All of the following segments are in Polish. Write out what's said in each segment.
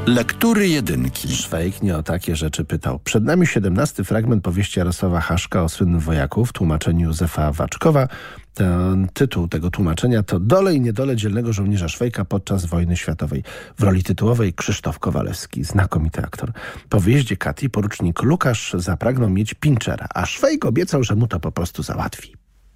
Lektury jedynki. Szwejk nie o takie rzeczy pytał. Przed nami 17 fragment powieści Jarosława Haszka o słynnym wojaku w tłumaczeniu Józefa Waczkowa. Ten tytuł tego tłumaczenia to Dole i niedole dzielnego żołnierza Szwejka podczas wojny światowej. W roli tytułowej Krzysztof Kowalewski, znakomity aktor. Po wyjeździe Katii porucznik Lukasz zapragnął mieć pinczera, a Szwejk obiecał, że mu to po prostu załatwi.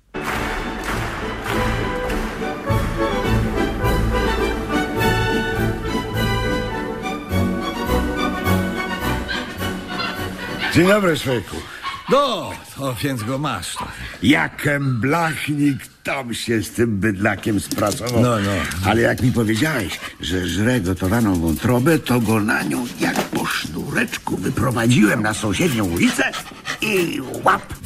Dzień dobry, Szwejku. No, to więc go masz. To. Jakem blachnik tam się z tym bydlakiem spracował. No. Ale jak mi powiedziałeś, że żre gotowaną wątrobę, to go na nią jak po sznureczku wyprowadziłem na sąsiednią ulicę i łap.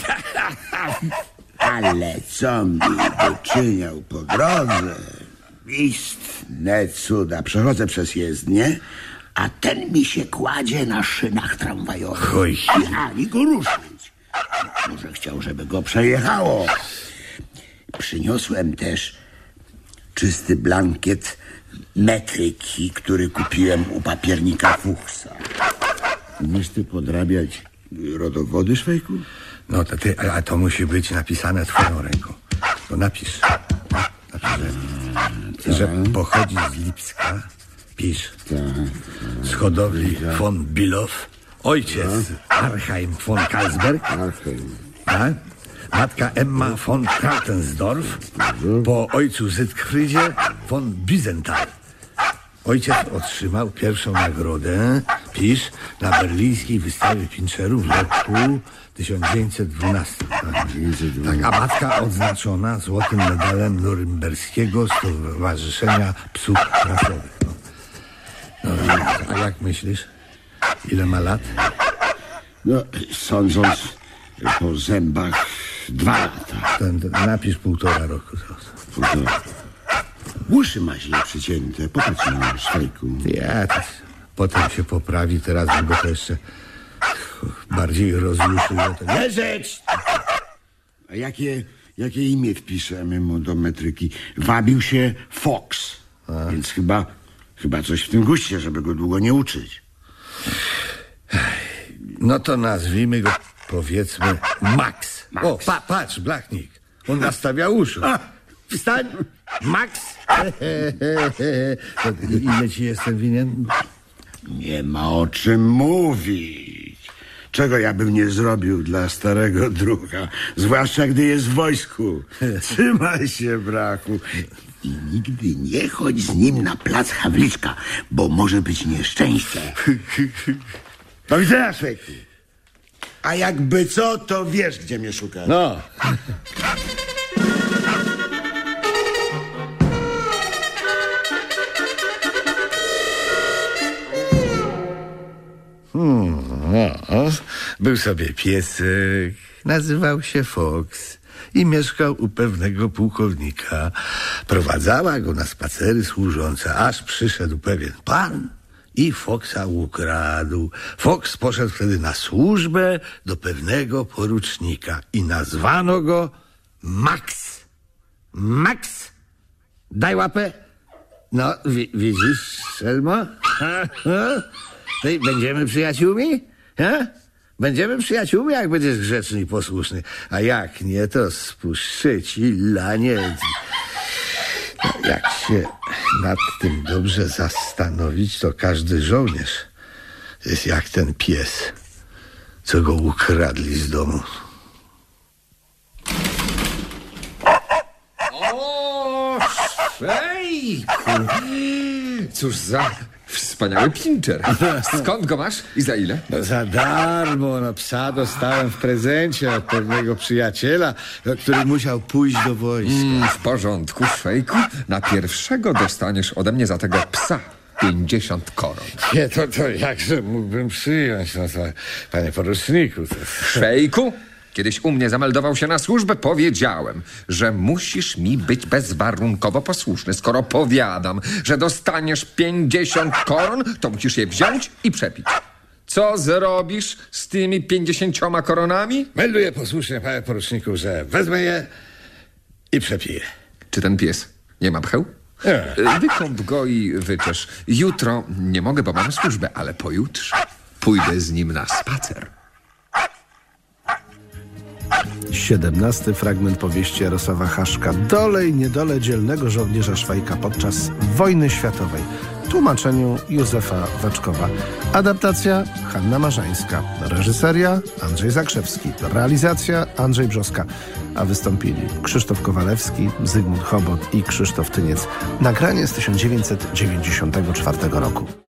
Ale co mi wyczyniał po drodze? Istne cuda. Przechodzę przez jezdnię, a ten mi się kładzie na szynach tramwajowych. Oj. I ani go ruszyć. Może chciał, żeby go przejechało. Przyniosłem też czysty blankiet metryki, który kupiłem u papiernika Fuchsa. Umiesz ty podrabiać rodowody, Szwejku? No to ty, a to musi być napisane twoją ręką. To napisz. Napisz, że pochodzi z Lipska. Pisz. Z hodowli von Bilow. Ojciec Arheim von Karlsberg. A? Matka Emma von Krautensdorf. Po ojcu Zytkrzydzie von Bizenthal. Ojciec otrzymał pierwszą nagrodę, pisz, na berlińskiej wystawie pinczerów w roku 1912. Tak, a matka odznaczona złotym medalem norymberskiego Stowarzyszenia Psów Rasowych. No, a jak myślisz? Ile ma lat? No, sądząc po zębach 2 lata. Napisz 1,5 roku. Uszy ma źle przycięte. Popatrz na Szwejku. Ja też. Potem się poprawi, teraz go to jeszcze bardziej rozruszy. Leżeć! A jakie imię wpiszemy mu do metryki? Wabił się Fox. Więc chyba coś w tym guście, żeby go długo nie uczyć. No to nazwijmy go, powiedzmy, Max. O, patrz, blachnik. On nastawia uszu. Wstań, Max. Ile ci jestem winien? Nie ma o czym mówić. Czego ja bym nie zrobił dla starego druga, zwłaszcza gdy jest w wojsku. Trzymaj się, brachu. I nigdy nie chodź z nim na plac Hawliczka, bo może być nieszczęście. Do widzenia, Szwejku. A jakby co, to wiesz, gdzie mnie szukać. No. Był sobie piesek, nazywał się Fox i mieszkał u pewnego pułkownika. Prowadzała go na spacery służąca, aż przyszedł pewien pan i Foxa ukradł. Fox poszedł wtedy na służbę do pewnego porucznika i nazwano go Max. Max, daj łapę. No, widzisz, Szelmo? Będziemy przyjaciółmi? Będziemy przyjaciółmi, jak będziesz grzeczny i posłuszny. A jak nie, to spuszczę ci lanie. Jak się nad tym dobrze zastanowić, to każdy żołnierz jest jak ten pies, co go ukradli z domu. O, Szwejku! Cóż za wspaniały pinczer. Skąd go masz i za ile? No za darmo, psa dostałem w prezencie od pewnego przyjaciela, który musiał pójść do wojska. W porządku, Szwejku. Na pierwszego dostaniesz ode mnie za tego psa 50 koron. Nie, to jakże mógłbym przyjąć, panie poruczniku. Szwejku, kiedyś u mnie zameldował się na służbę, powiedziałem, że musisz mi być bezwarunkowo posłuszny. Skoro powiadam, że dostaniesz 50 koron, to musisz je wziąć i przepić. Co zrobisz z tymi 50 koronami? Melduję posłusznie, panie poruczniku, że wezmę je i przepiję. Czy ten pies nie ma pcheł? Wykąp go i wyczesz. Jutro nie mogę, bo mam służbę, ale pojutrze pójdę z nim na spacer. 17 fragment powieści Jarosława Haszka. Dole i niedole dzielnego żołnierza Szwajka podczas wojny światowej. W tłumaczeniu Józefa Waczkowa. Adaptacja Hanna Marzańska. Reżyseria Andrzej Zakrzewski. Realizacja Andrzej Brzoska. A wystąpili Krzysztof Kowalewski, Zygmunt Chobot i Krzysztof Tyniec. Nagranie z 1994 roku.